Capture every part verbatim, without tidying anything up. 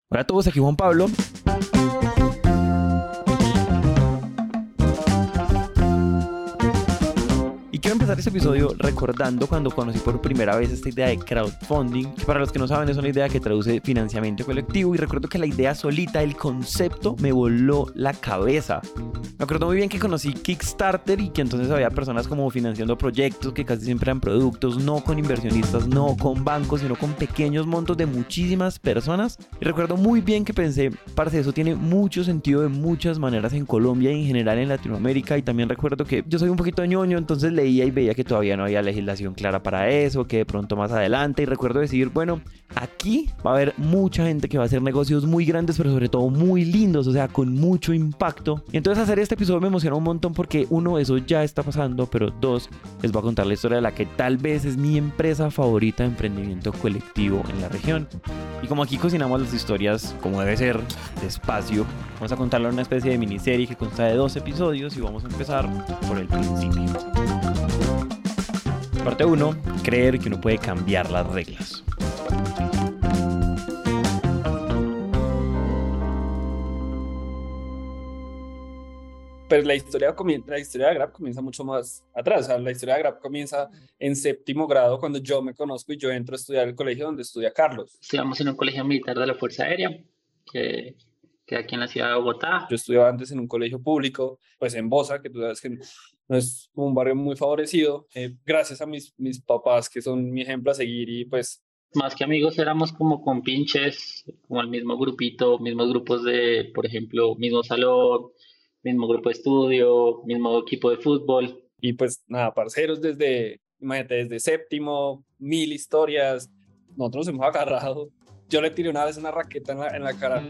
Hola a todos, aquí Juan Pablo. Quiero empezar este episodio recordando cuando conocí por primera vez esta idea de crowdfunding, que para los que no saben es una idea que traduce financiamiento colectivo, y recuerdo que la idea solita, el concepto, me voló la cabeza. Me acuerdo muy bien que conocí Kickstarter y que entonces había personas como financiando proyectos que casi siempre eran productos, no con inversionistas, no con bancos, sino con pequeños montos de muchísimas personas. Y recuerdo muy bien que pensé, parce, eso tiene mucho sentido de muchas maneras en Colombia y en general en Latinoamérica. Y también recuerdo que yo soy un poquito ñoño, entonces leí y veía que todavía no había legislación clara para eso, que de pronto más adelante, y recuerdo decir, bueno, aquí va a haber mucha gente que va a hacer negocios muy grandes, pero sobre todo muy lindos, o sea, con mucho impacto. Y entonces hacer este episodio me emociona un montón porque, uno, eso ya está pasando, pero dos, les voy a contar la historia de la que tal vez es mi empresa favorita de emprendimiento colectivo en la región. Y como aquí cocinamos las historias como debe ser, despacio, vamos a contarle una especie de miniserie que consta de dos episodios y vamos a empezar por el principio. Parte uno. Creer que uno puede cambiar las reglas. Pero la historia, la historia de Grab comienza mucho más atrás. O sea, la historia de Grab comienza en séptimo grado, cuando yo me conozco y yo entro a estudiar el colegio donde estudia Carlos. Estudiamos en un colegio militar de la Fuerza Aérea, que queda aquí en la ciudad de Bogotá. Yo estudiaba antes en un colegio público, pues en Bosa, que tú sabes que no es un barrio muy favorecido, eh, gracias a mis, mis papás, que son mi ejemplo a seguir, y pues... Más que amigos, éramos como compinches, como el mismo grupito, mismos grupos de, por ejemplo, mismo salón, mismo grupo de estudio, mismo equipo de fútbol. Y pues nada, parceros desde, imagínate, desde séptimo, mil historias, nosotros nos hemos agarrado. Yo le tiré una vez una raqueta en la, en la cara.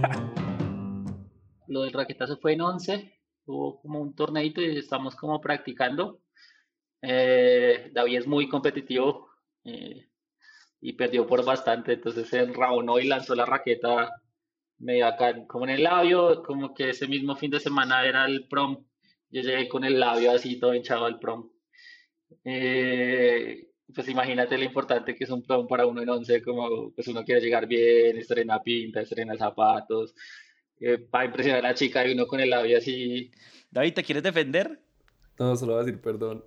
Lo del raquetazo fue en once, hubo como un torneito y estamos como practicando. Eh, David es muy competitivo eh, y perdió por bastante, entonces se enrabonó y lanzó la raqueta medio acá, como en el labio, como que ese mismo fin de semana era el prom. Yo llegué con el labio así todo hinchado al prom. Eh, pues imagínate lo importante que es un prom para uno en once, como pues uno quiere llegar bien, estrena pinta, estrena zapatos, eh, para impresionar a la chica y uno con el labio así. David, ¿te quieres defender? No, solo voy a decir perdón.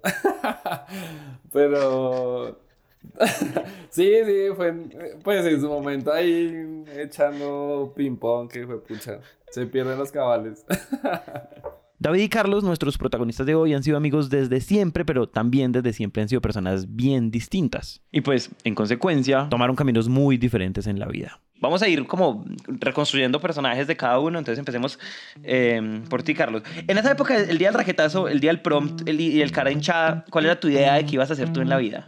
Pero... sí, sí, fue pues en su momento ahí echando ping pong, que fue pucha, se pierden los cabales. David y Carlos, nuestros protagonistas de hoy, han sido amigos desde siempre, pero también desde siempre han sido personas bien distintas. Y pues, en consecuencia, tomaron caminos muy diferentes en la vida. Vamos a ir como reconstruyendo personajes de cada uno, entonces empecemos eh, por ti, Carlos. En esa época, el día del raquetazo, el día del prompt el, y el cara hinchada, ¿cuál era tu idea de qué ibas a hacer tú en la vida?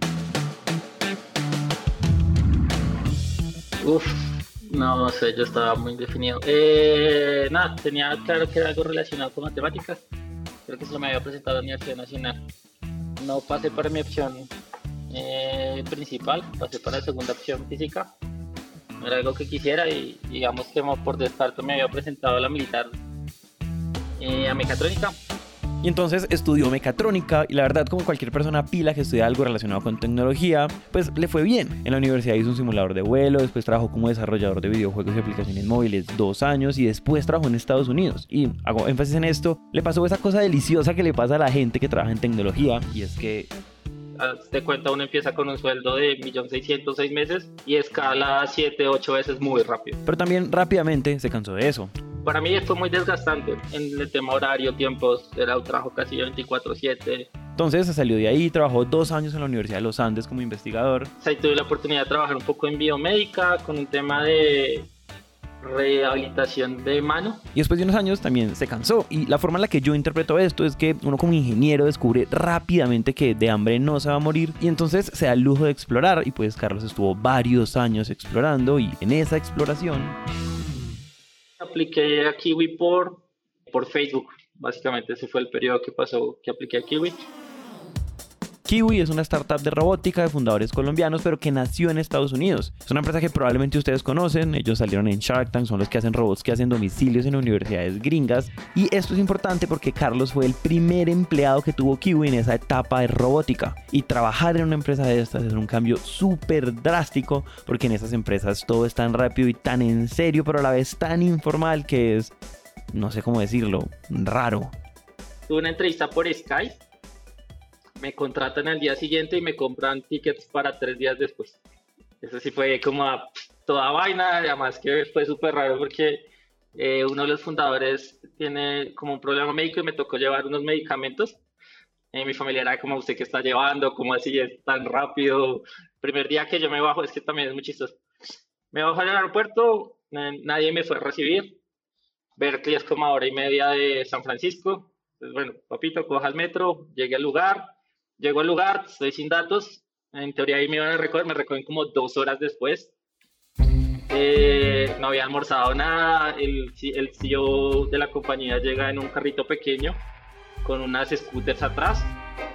Uf, no sé, yo estaba muy definido. Eh, nada, tenía claro que era algo relacionado con matemáticas. Creo que se me había presentado a la Universidad Nacional. No pasé para mi opción eh, principal, pasé para la segunda opción, física. No era algo que quisiera y digamos que por descarto me había presentado a la militar, eh, a mecatrónica. Y entonces estudió mecatrónica y la verdad, como cualquier persona pila que estudia algo relacionado con tecnología, pues le fue bien. En la universidad hizo un simulador de vuelo, después trabajó como desarrollador de videojuegos y aplicaciones móviles dos años y después trabajó en Estados Unidos. Y hago énfasis en esto, le pasó esa cosa deliciosa que le pasa a la gente que trabaja en tecnología, y es que... Te cuenta, uno empieza con un sueldo de un millón seiscientos mil seis meses y escala siete, ocho veces muy rápido. Pero también rápidamente se cansó de eso. Para mí fue muy desgastante en el tema horario, tiempos, era un trabajo casi veinticuatro siete. Entonces se salió de ahí, trabajó dos años en la Universidad de los Andes como investigador. O sea, tuve la oportunidad de trabajar un poco en biomédica con un tema de rehabilitación de mano. Y después de unos años también se cansó. Y la forma en la que yo interpreto esto es que uno como ingeniero descubre rápidamente que de hambre no se va a morir y entonces se da el lujo de explorar. Y pues Carlos estuvo varios años explorando y en esa exploración... apliqué a Kiwi por, por Facebook. Básicamente ese fue el periodo que pasó que apliqué a Kiwi. Kiwi es una startup de robótica de fundadores colombianos, pero que nació en Estados Unidos. Es una empresa que probablemente ustedes conocen. Ellos salieron en Shark Tank, son los que hacen robots que hacen domicilios en universidades gringas. Y esto es importante porque Carlos fue el primer empleado que tuvo Kiwi en esa etapa de robótica. Y trabajar en una empresa de estas es un cambio súper drástico, porque en esas empresas todo es tan rápido y tan en serio, pero a la vez tan informal que es, no sé cómo decirlo, raro. Tuve una entrevista por Skype. Me contratan al día siguiente y me compran tickets para tres días después. Eso sí fue como a toda vaina, además que fue súper raro porque eh, uno de los fundadores tiene como un problema médico y me tocó llevar unos medicamentos. Eh, mi familia era como, ¿usted qué está llevando? ¿Cómo así es tan rápido? El primer día que yo me bajo, es que también es muy chistoso. Me bajo al aeropuerto, eh, nadie me fue a recibir. Berkeley es como a hora y media de San Francisco. Entonces, bueno, papito, coja el metro, llegué al lugar. Llego al lugar, estoy sin datos, en teoría ahí me iban a recoger, me recogen como dos horas después. Eh, no había almorzado nada, el, el C E O de la compañía llega en un carrito pequeño con unas scooters atrás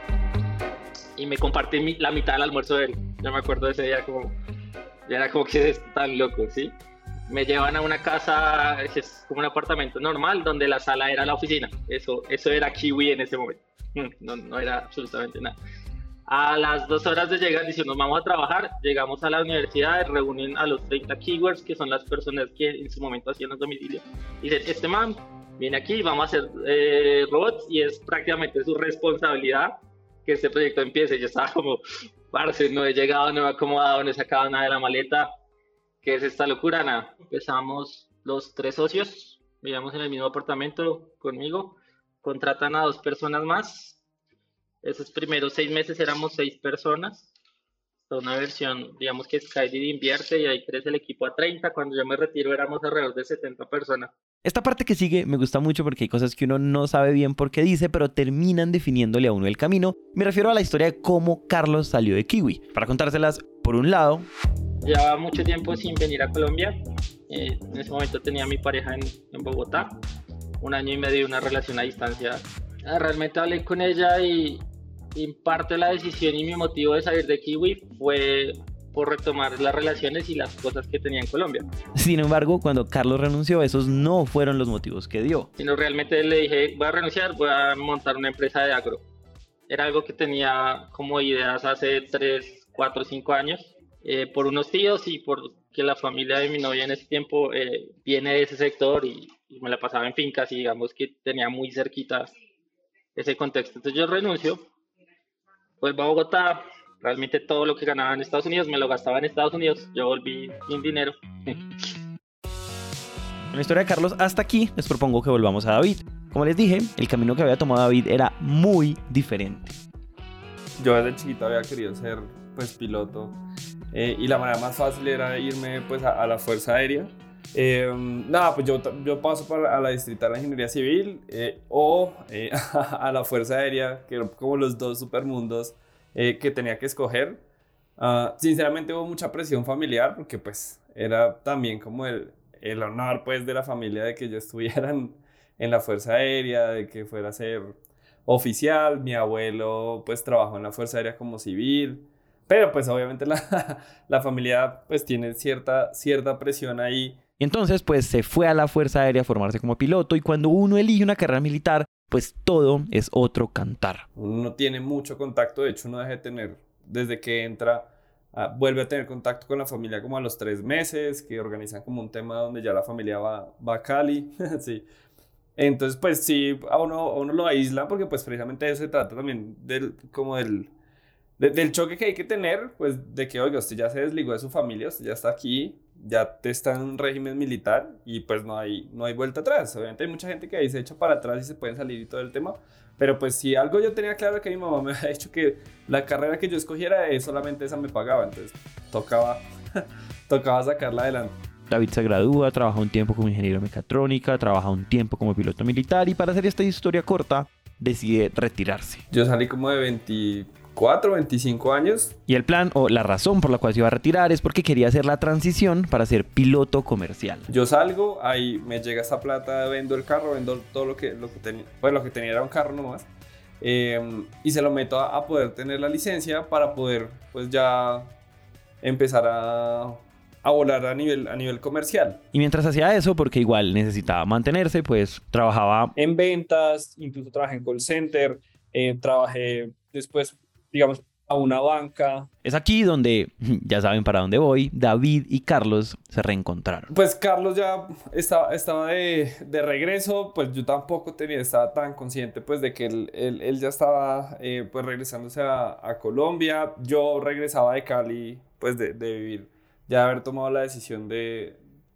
y me comparte mi, la mitad del almuerzo de él. Yo me acuerdo de ese día como, era como que es tan loco, ¿sí? Me llevan a una casa, es como un apartamento normal, donde la sala era la oficina. Eso, eso era Kiwi en ese momento. No, no era absolutamente nada. A las dos horas de llegar, dicen, nos vamos a trabajar, llegamos a la universidad, reúnen a los treinta keywords, que son las personas que en su momento hacían los domicilios. Dicen, este man viene aquí, vamos a hacer eh, robots, y es prácticamente su responsabilidad que este proyecto empiece. Yo estaba como, parce, no he llegado, no me he acomodado, no he sacado nada de la maleta. ¿Qué es esta locura? Nada. Empezamos los tres socios, vivíamos en el mismo apartamento conmigo. Contratan a dos personas más. Esos primeros seis meses éramos seis personas. Una versión, digamos que Skydeed invierte y ahí crece el equipo a treinta. Cuando yo me retiro éramos alrededor de setenta personas. Esta parte que sigue me gusta mucho porque hay cosas que uno no sabe bien por qué dice, pero terminan definiéndole a uno el camino. Me refiero a la historia de cómo Carlos salió de Kiwi. Para contárselas, por un lado... Llevaba mucho tiempo sin venir a Colombia. Eh, en ese momento tenía a mi pareja en, en Bogotá. Un año y medio, una relación a distancia. Realmente hablé con ella y, y en parte la decisión y mi motivo de salir de Kiwi fue por retomar las relaciones y las cosas que tenía en Colombia. Sin embargo, cuando Carlos renunció, esos no fueron los motivos que dio. Sino realmente le dije, voy a renunciar, voy a montar una empresa de agro. Era algo que tenía como ideas hace tres, cuatro, cinco años, eh, por unos tíos y por que la familia de mi novia en ese tiempo eh, viene de ese sector y y me la pasaba en fincas y digamos que tenía muy cerquita ese contexto. Entonces yo renuncio, vuelvo a Bogotá, realmente todo lo que ganaba en Estados Unidos me lo gastaba en Estados Unidos, yo volví sin dinero. En la historia de Carlos hasta aquí, les propongo que volvamos a David. Como les dije, el camino que había tomado David era muy diferente. Yo desde chiquito había querido ser pues piloto eh, y la manera más fácil era irme pues a, a la Fuerza Aérea. Eh, nada, pues yo, yo paso para, a la distrital de ingeniería civil eh, o eh, a la Fuerza Aérea, que eran como los dos supermundos eh, que tenía que escoger. Uh, sinceramente hubo mucha presión familiar porque pues era también como el, el honor pues de la familia de que yo estuviera en, en la Fuerza Aérea, de que fuera a ser oficial. Mi abuelo pues trabajó en la Fuerza Aérea como civil, pero pues obviamente la, la familia pues tiene cierta, cierta presión ahí. Y entonces pues se fue a la Fuerza Aérea a formarse como piloto, y cuando uno elige una carrera militar, pues todo es otro cantar. Uno no tiene mucho contacto, de hecho uno deja de tener, desde que entra, uh, vuelve a tener contacto con la familia como a los tres meses, que organizan como un tema donde ya la familia va, va a Cali, sí. Entonces pues sí, a uno, a uno lo aísla porque pues precisamente de eso se trata también, del, como del, de, del choque que hay que tener, pues de que oiga, usted ya se desligó de su familia, usted ya está aquí, ya está en un régimen militar y pues no hay, no hay vuelta atrás. Obviamente hay mucha gente que ahí se echa para atrás y se pueden salir y todo el tema, pero pues si algo yo tenía claro, que mi mamá me había dicho que la carrera que yo escogiera es solamente esa me pagaba, entonces tocaba, tocaba sacarla adelante. David se gradúa, trabaja un tiempo como ingeniero mecatrónica, trabaja un tiempo como piloto militar y, para hacer esta historia corta, decide retirarse. Yo salí como de veinticuatro, veinticinco años. Y el plan, o la razón por la cual se iba a retirar, es porque quería hacer la transición para ser piloto comercial. Yo salgo, ahí me llega esta plata, vendo el carro, vendo todo lo que, lo que tenía. Pues lo que tenía era un carro nomás. eh, y se lo meto a, a poder tener la licencia para poder pues ya empezar a, a volar a nivel, a nivel comercial. Y mientras hacía eso, porque igual necesitaba mantenerse, pues trabajaba en ventas, incluso trabajé en call center, eh, trabajé después, digamos, a una banca. Es aquí donde, ya saben para dónde voy, David y Carlos se reencontraron. Pues Carlos ya estaba, estaba de, de regreso, pues yo tampoco tenía, estaba tan consciente pues de que él, él, él ya estaba eh, pues regresándose a, a Colombia. Yo regresaba de Cali, pues de, de vivir, ya haber tomado la decisión de,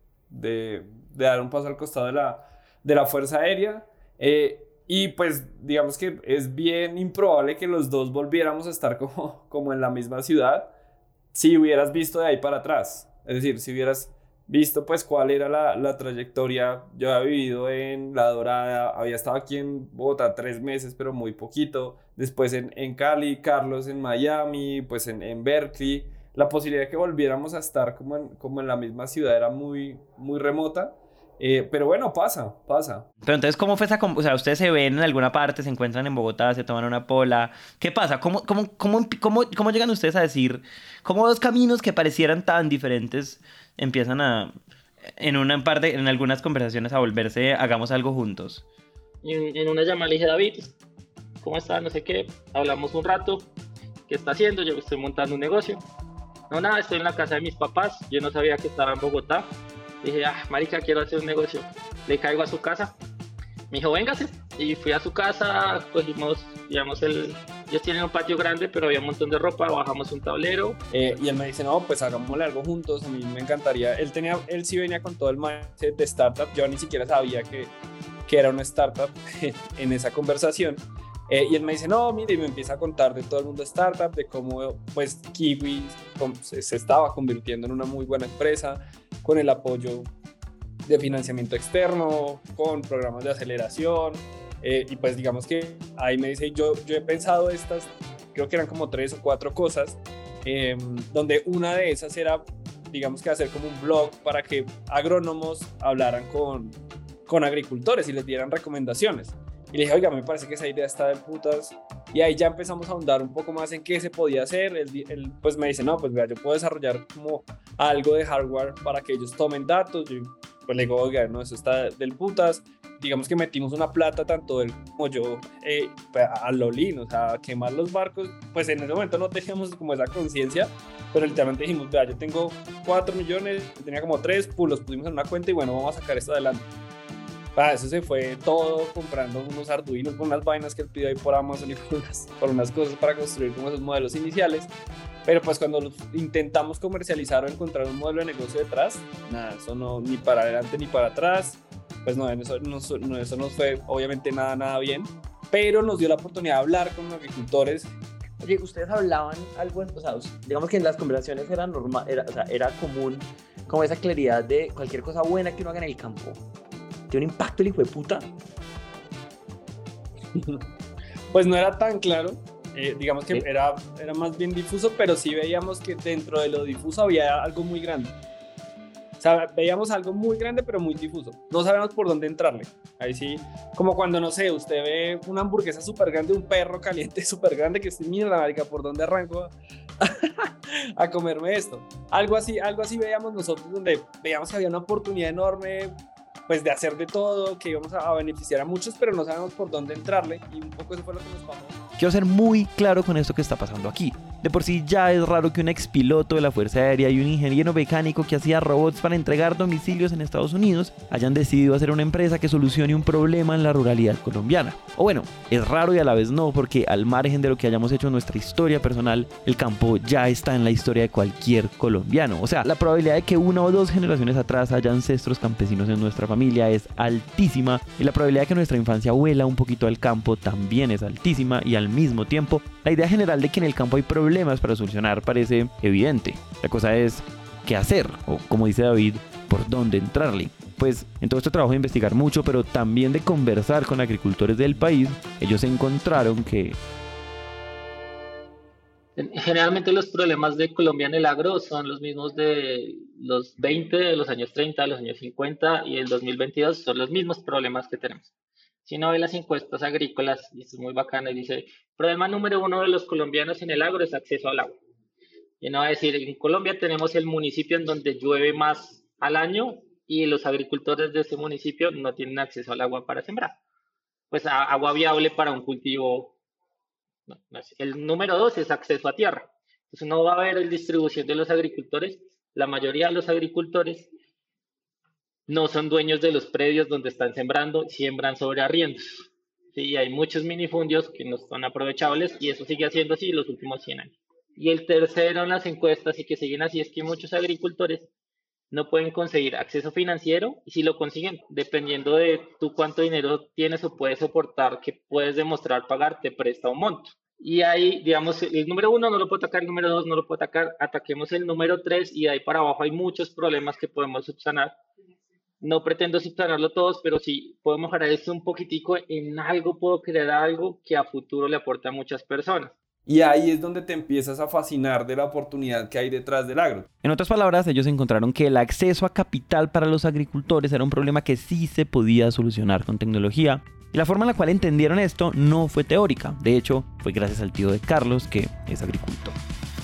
de, de dar un paso al costado de la, de la Fuerza Aérea. Eh, Y pues digamos que es bien improbable que los dos volviéramos a estar como, como en la misma ciudad si hubieras visto de ahí para atrás. Es decir, si hubieras visto pues cuál era la, la trayectoria. Yo había vivido en La Dorada, había estado aquí en Bogotá tres meses, pero muy poquito. Después en, en Cali, Carlos en Miami, pues en, en Berkeley. La posibilidad de que volviéramos a estar como en, como en la misma ciudad era muy, muy remota. Eh, pero bueno, pasa, pasa. Pero entonces, ¿cómo fue esa... com- O sea, ustedes se ven en alguna parte, se encuentran en Bogotá, se toman una pola. ¿Qué pasa? ¿Cómo, cómo, cómo, cómo, cómo llegan ustedes a decir cómo dos caminos que parecieran tan diferentes empiezan a, en una parte, en algunas conversaciones, a volverse, hagamos algo juntos? En, en una llamada le dije, David, ¿cómo estás? No sé qué. Hablamos un rato. ¿Qué está haciendo? Yo estoy montando un negocio. No, nada, estoy en la casa de mis papás. Yo no sabía que estaba en Bogotá. Dije, ah, marica, quiero hacer un negocio. Le caigo a su casa. Me dijo, véngase. Y fui a su casa, cogimos, digamos, el... Ellos tienen un patio grande, pero había un montón de ropa, bajamos un tablero. Eh, y él me dice, no, pues hagámosle algo juntos, a mí me encantaría. Él, tenía, él sí venía con todo el mindset de startup. Yo ni siquiera sabía que, que era una startup en esa conversación. Eh, y él me dice, no, mire, y me empieza a contar de todo el mundo de startup, de cómo pues Kiwi se, se estaba convirtiendo en una muy buena empresa, con el apoyo de financiamiento externo, con programas de aceleración, eh, y pues digamos que ahí me dice, yo, yo he pensado estas, creo que eran como tres o cuatro cosas, eh, donde una de esas era, digamos que hacer como un blog para que agrónomos hablaran con, con agricultores y les dieran recomendaciones. Y le dije, oiga, me parece que esa idea está de putas. Y ahí ya empezamos a ahondar un poco más en qué se podía hacer. Él, él pues me dice, no, pues vea, yo puedo desarrollar como algo de hardware para que ellos tomen datos. Yo pues le digo, oiga, no, eso está del putas. Digamos que metimos una plata, tanto él como yo, eh, a Lolín, o sea, a quemar los barcos. Pues en ese momento no teníamos como esa conciencia, pero literalmente dijimos, vea, yo tengo cuatro millones, tenía como tres, pues los pusimos en una cuenta y bueno, vamos a sacar esto adelante. Ah, eso se fue todo comprando unos Arduinos con unas vainas que él pidió ahí por Amazon y por unas, por unas cosas para construir como esos modelos iniciales. Pero pues cuando los intentamos comercializar o encontrar un modelo de negocio detrás, nada, eso no, ni para adelante ni para atrás. Pues no, eso no, no, eso no fue obviamente nada, nada bien. Pero nos dio la oportunidad de hablar con los agricultores. Oye, ustedes hablaban algo, o sea, digamos que en las conversaciones era normal, era, o sea, era común como esa claridad de cualquier cosa buena que uno haga en el campo. ¿Tiene un impacto el hijo de puta? Pues no era tan claro, eh, digamos que ¿Sí? era, era más bien difuso, pero sí veíamos que dentro de lo difuso había algo muy grande. O sea, veíamos algo muy grande, pero muy difuso. No sabíamos por dónde entrarle. Ahí sí, como cuando, no sé, usted ve una hamburguesa súper grande, un perro caliente súper grande, que usted, mira, marica, ¿por dónde arranco a comerme esto? Algo así, algo así veíamos nosotros, donde veíamos que había una oportunidad enorme, pues de hacer de todo, que íbamos a, a beneficiar a muchos, pero no sabemos por dónde entrarle, y un poco eso fue lo que nos pasó. Quiero ser muy claro con esto que está pasando aquí. De por sí ya es raro que un expiloto de la Fuerza Aérea y un ingeniero mecánico que hacía robots para entregar domicilios en Estados Unidos hayan decidido hacer una empresa que solucione un problema en la ruralidad colombiana. O bueno, es raro y a la vez no, porque al margen de lo que hayamos hecho en nuestra historia personal, el campo ya está en la historia de cualquier colombiano. O sea, la probabilidad de que una o dos generaciones atrás haya ancestros campesinos en nuestra familia es altísima, y la probabilidad de que nuestra infancia huela un poquito al campo también es altísima, y al mismo tiempo la idea general de que en el campo hay problemas para solucionar parece evidente. La cosa es qué hacer, o como dice David, por dónde entrarle. Pues en todo este trabajo de investigar mucho, pero también de conversar con agricultores del país, ellos encontraron que Generalmente los problemas de Colombia en el agro son los mismos de los veinte, de los años treinta, de los años cincuenta, y el dos mil veintidós son los mismos problemas que tenemos. Si uno ve las encuestas agrícolas, y es muy bacano, y dice, problema número uno de los colombianos en el agro es acceso al agua. Y uno va a decir, en Colombia tenemos el municipio en donde llueve más al año y los agricultores de ese municipio no tienen acceso al agua para sembrar. Pues a, agua viable para un cultivo. No, no es. El número dos es acceso a tierra. Entonces uno va a ver la distribución de los agricultores. La mayoría de los agricultores no son dueños de los predios donde están sembrando, siembran sobre arriendos. Sí, hay muchos minifundios que no son aprovechables y eso sigue siendo así los últimos cien años. Y el tercero en las encuestas y que siguen así es que muchos agricultores no pueden conseguir acceso financiero y si lo consiguen, dependiendo de tú cuánto dinero tienes o puedes soportar, que puedes demostrar pagar, te presta un monto. Y ahí, digamos, el número uno no lo puedo atacar, el número dos no lo puedo atacar, ataquemos el número tres y de ahí para abajo hay muchos problemas que podemos subsanar. No pretendo subsanarlo todos, pero sí puedo mejorar esto un poquitico, en algo puedo crear algo que a futuro le aporte a muchas personas. Y ahí es donde te empiezas a fascinar de la oportunidad que hay detrás del agro. En otras palabras, ellos encontraron que el acceso a capital para los agricultores era un problema que sí se podía solucionar con tecnología. Y la forma en la cual entendieron esto no fue teórica. De hecho, fue gracias al tío de Carlos, que es agricultor.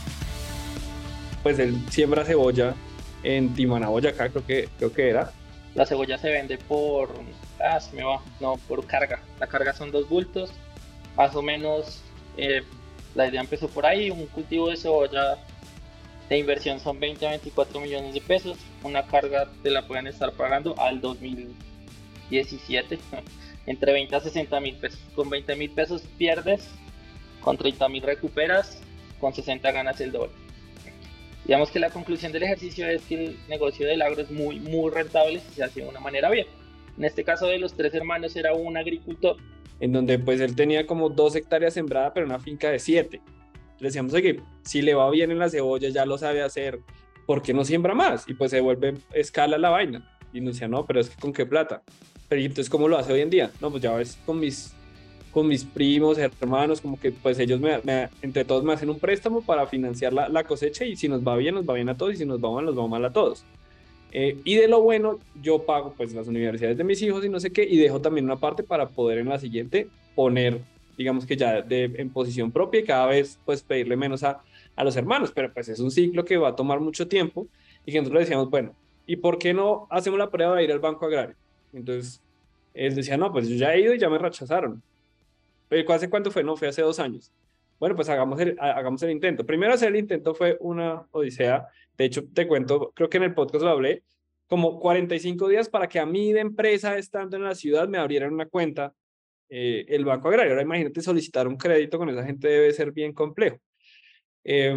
Pues él siembra cebolla en Timaná, Boyacá, creo que, creo que era. La cebolla se vende por... Ah, se me va. No, por carga. La carga son dos bultos. Más o menos... Eh, La idea empezó por ahí, un cultivo de cebolla de inversión son veinte a veinticuatro millones de pesos, una carga te la pueden estar pagando al dos mil diecisiete, entre veinte a sesenta mil pesos, con veinte mil pesos pierdes, con treinta mil recuperas, con sesenta ganas el doble. Digamos que la conclusión del ejercicio es que el negocio del agro es muy muy rentable si se hace de una manera bien. En este caso de los tres hermanos era un agricultor, en donde pues él tenía como dos hectáreas sembradas, pero una finca de siete. Le decíamos, oye, si le va bien en la cebolla, ya lo sabe hacer, ¿por qué no siembra más? Y pues se vuelve escala la vaina. Y nos decía, no, pero es que ¿con qué plata? Pero entonces, ¿cómo lo hace hoy en día? No, pues ya ves, con mis, con mis primos, hermanos, como que pues ellos me, me, entre todos me hacen un préstamo para financiar la, la cosecha y si nos va bien, nos va bien a todos y si nos va mal, nos va mal a todos. Eh, y de lo bueno, yo pago pues las universidades de mis hijos y no sé qué, y dejo también una parte para poder en la siguiente poner, digamos que ya de, en posición propia y cada vez pues pedirle menos a, a los hermanos, pero pues es un ciclo que va a tomar mucho tiempo y que nosotros le decíamos, bueno, ¿y por qué no hacemos la prueba de ir al Banco Agrario? Entonces, él decía, no, pues yo ya he ido y ya me rechazaron. ¿Pero hace cuánto fue? No, fue hace dos años. Bueno, pues hagamos el, hagamos el intento. Primero hacer el intento fue una odisea. De hecho, te cuento, creo que en el podcast lo hablé, como cuarenta y cinco días para que a mí de empresa, estando en la ciudad, me abrieran una cuenta eh, el Banco Agrario. Ahora imagínate solicitar un crédito con esa gente debe ser bien complejo. Eh,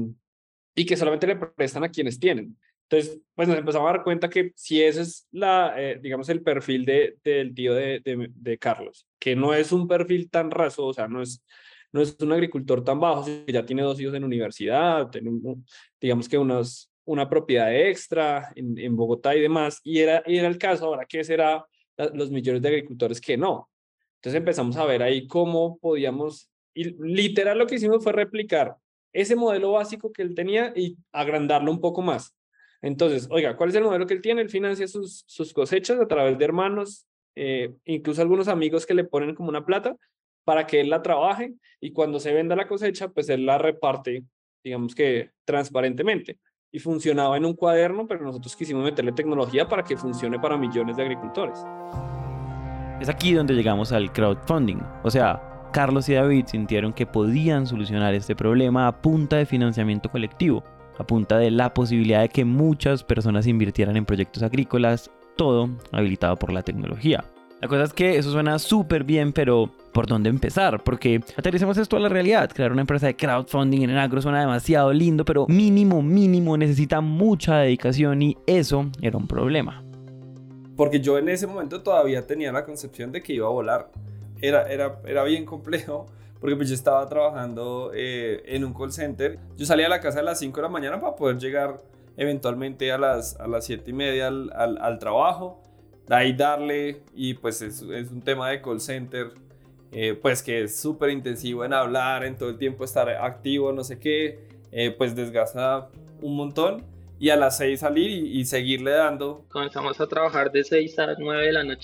y que solamente le prestan a quienes tienen. Entonces, pues nos empezamos a dar cuenta que si ese es la, eh, digamos, el perfil de, del tío de, de, de Carlos, que no es un perfil tan raso, o sea, no es, no es un agricultor tan bajo, que ya tiene dos hijos en universidad, tiene un, digamos que unos, una propiedad extra en, en Bogotá y demás, y era, y era el caso, ahora que será los millones de agricultores que no. Entonces empezamos a ver ahí cómo podíamos, y literal lo que hicimos fue replicar ese modelo básico que él tenía y agrandarlo un poco más. Entonces, oiga, ¿cuál es el modelo que él tiene? Él financia sus, sus cosechas a través de hermanos, eh, incluso algunos amigos que le ponen como una plata para que él la trabaje y cuando se venda la cosecha, pues él la reparte, digamos que transparentemente. Y funcionaba en un cuaderno, pero nosotros quisimos meterle tecnología para que funcione para millones de agricultores. Es aquí donde llegamos al crowdfunding. O sea, Carlos y David sintieron que podían solucionar este problema a punta de financiamiento colectivo, a punta de la posibilidad de que muchas personas invirtieran en proyectos agrícolas, todo habilitado por la tecnología. La cosa es que eso suena súper bien, pero ¿por dónde empezar? Porque aterricemos esto a la realidad. Crear una empresa de crowdfunding en el agro suena demasiado lindo, pero mínimo, mínimo necesita mucha dedicación y eso era un problema. Porque yo en ese momento todavía tenía la concepción de que iba a volar. Era, era, era bien complejo. Porque pues yo estaba trabajando eh, en un call center. Yo salía a la casa a las cinco de la mañana para poder llegar eventualmente a las, a las siete y media al, al, al trabajo. De ahí darle, y pues es, es un tema de call center, eh, pues que es súper intensivo en hablar, en todo el tiempo estar activo, no sé qué, eh, pues desgasta un montón. Y a las seis salir y, y seguirle dando. Comenzamos a trabajar de seis a nueve de la noche.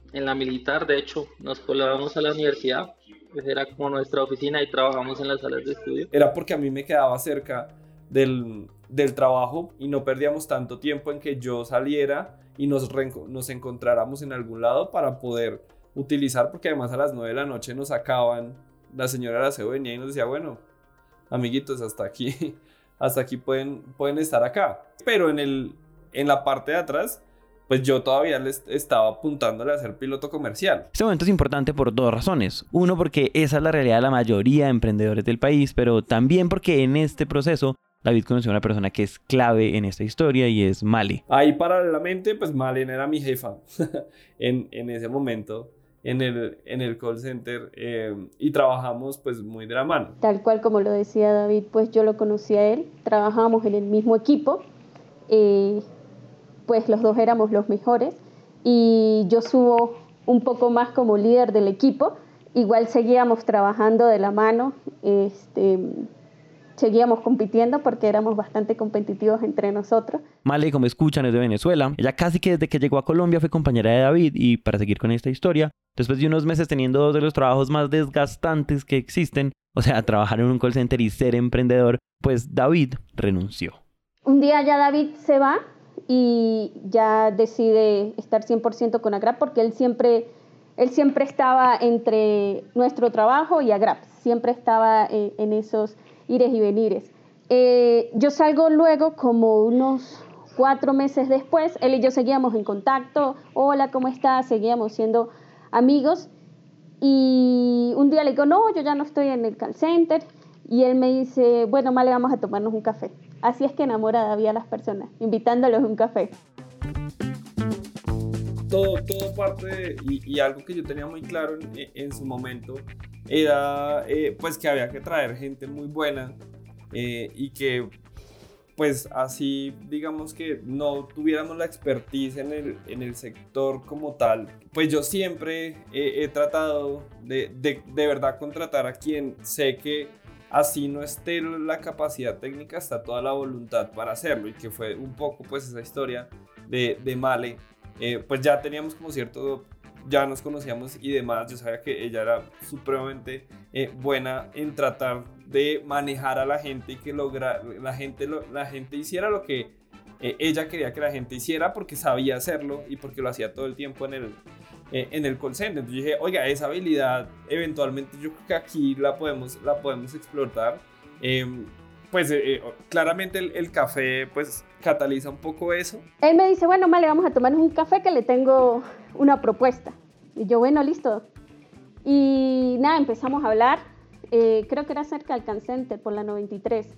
en la militar, de hecho, nos colábamos a la universidad, pues era como nuestra oficina y trabajamos en las salas de estudio. Era porque a mí me quedaba cerca del, del trabajo y no perdíamos tanto tiempo en que yo saliera y nos, nos encontráramos en algún lado para poder utilizar, porque además a las nueve de la noche nos sacaban, la señora de la aseo venía y nos decía, bueno, amiguitos, hasta aquí, hasta aquí pueden, pueden estar acá. Pero en, el, en la parte de atrás, pues yo todavía les estaba apuntándole a ser piloto comercial. Este momento es importante por dos razones. Uno, porque esa es la realidad de la mayoría de emprendedores del país, pero también porque en este proceso David conoció a una persona que es clave en esta historia y es Male. Ahí paralelamente, pues Malen era mi jefa en, en ese momento en el, en el call center eh, y trabajamos pues muy de la mano. Tal cual como lo decía David, pues yo lo conocí a él, trabajábamos en el mismo equipo, eh, pues los dos éramos los mejores y yo subo un poco más como líder del equipo, igual seguíamos trabajando de la mano, este... seguíamos compitiendo porque éramos bastante competitivos entre nosotros. Male, como escuchan, es de Venezuela. Ella casi que desde que llegó a Colombia fue compañera de David y para seguir con esta historia, después de unos meses teniendo dos de los trabajos más desgastantes que existen, o sea, trabajar en un call center y ser emprendedor, pues David renunció. Un día ya David se va y ya decide estar cien por ciento con Agrap porque él siempre, él siempre estaba entre nuestro trabajo y Agrap, siempre estaba eh, en esos ires y venires. Eh, yo salgo luego como unos cuatro meses después, él y yo seguíamos en contacto, hola, ¿cómo estás? Seguíamos siendo amigos y un día le digo, no, yo ya no estoy en el call center y él me dice, bueno, Male, vamos a tomarnos un café. Así es que enamora a David a las personas, invitándolos a un café. Todo, todo parte de, y, y algo que yo tenía muy claro en, en su momento era eh, pues que había que traer gente muy buena eh, y que pues así digamos que no tuviéramos la expertise en el, en el sector como tal, pues yo siempre he, he tratado de, de, de verdad contratar a quien sé que así no esté la capacidad técnica, está toda la voluntad para hacerlo, y que fue un poco pues esa historia de, de Male. Eh, pues ya teníamos como cierto, ya nos conocíamos y demás, yo sabía que ella era supremamente eh, buena en tratar de manejar a la gente y que logra, la, gente, lo, la gente hiciera lo que eh, ella quería que la gente hiciera porque sabía hacerlo y porque lo hacía todo el tiempo en el, eh, en el call center. Entonces dije, oiga, esa habilidad eventualmente yo creo que aquí la podemos, la podemos explotar. Eh, Pues eh, claramente el, el café pues cataliza un poco eso. Él me dice, bueno, Male, vamos a tomarnos un café que le tengo una propuesta. Y yo, bueno, listo. Y nada, empezamos a hablar. Eh, creo que era cerca del call center, por la noventa y tres.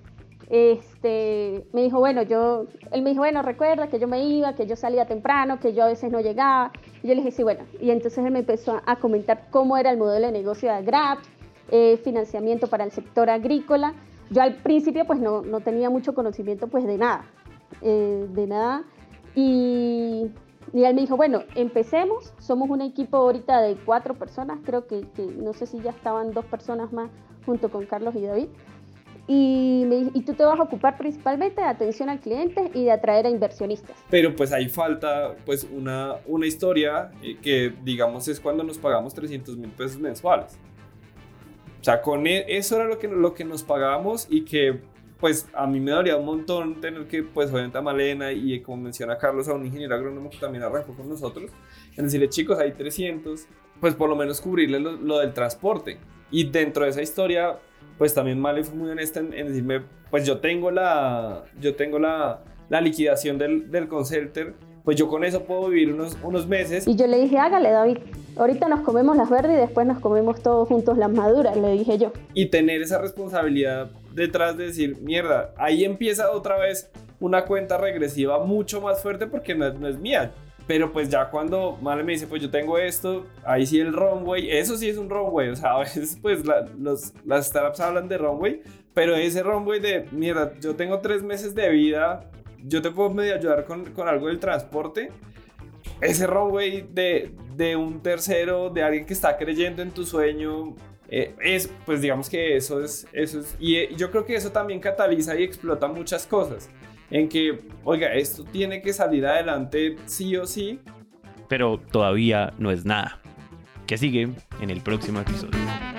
Este, me dijo, bueno, yo... Él me dijo, bueno, recuerda que yo me iba, que yo salía temprano, que yo a veces no llegaba. Y yo le dije, sí, bueno. Y entonces él me empezó a comentar cómo era el modelo de negocio de Agrap, eh, financiamiento para el sector agrícola. Yo al principio pues no, no tenía mucho conocimiento pues de nada, eh, de nada, y, y él me dijo, bueno, empecemos, somos un equipo ahorita de cuatro personas, creo que, que no sé si ya estaban dos personas más junto con Carlos y David, y, me, y tú te vas a ocupar principalmente de atención al cliente y de atraer a inversionistas. Pero pues ahí falta pues una, una historia eh, que digamos es cuando nos pagamos trescientos mil pesos mensuales. O sea, con eso era lo que, lo que nos pagábamos y que pues a mí me daría un montón tener que pues obviamente a Malena y como menciona Carlos a un ingeniero agrónomo que también arrancó con nosotros, en decirle chicos hay trescientos, pues por lo menos cubrirle lo, lo del transporte. Y dentro de esa historia pues también Male fue muy honesta en, en decirme pues yo tengo la, yo tengo la, la liquidación del, del call center, pues yo con eso puedo vivir unos, unos meses. Y yo le dije, hágale David, ahorita nos comemos las verdes y después nos comemos todos juntos las maduras, le dije yo. Y tener esa responsabilidad detrás de decir, mierda, ahí empieza otra vez una cuenta regresiva mucho más fuerte porque no es, no es mía. Pero pues ya cuando Male me dice, pues yo tengo esto, ahí sí el runway, eso sí es un runway, o sea, a veces pues la, los, las startups hablan de runway, pero ese runway de, mierda, yo tengo tres meses de vida, yo te puedo medio ayudar con, con algo del transporte. Ese runway de, de un tercero, de alguien que está creyendo en tu sueño, eh, es, pues digamos que eso es, eso es y eh, yo creo que eso también cataliza y explota muchas cosas, en que, oiga, esto tiene que salir adelante sí o sí, pero todavía no es nada. ¿Qué sigue en el próximo episodio?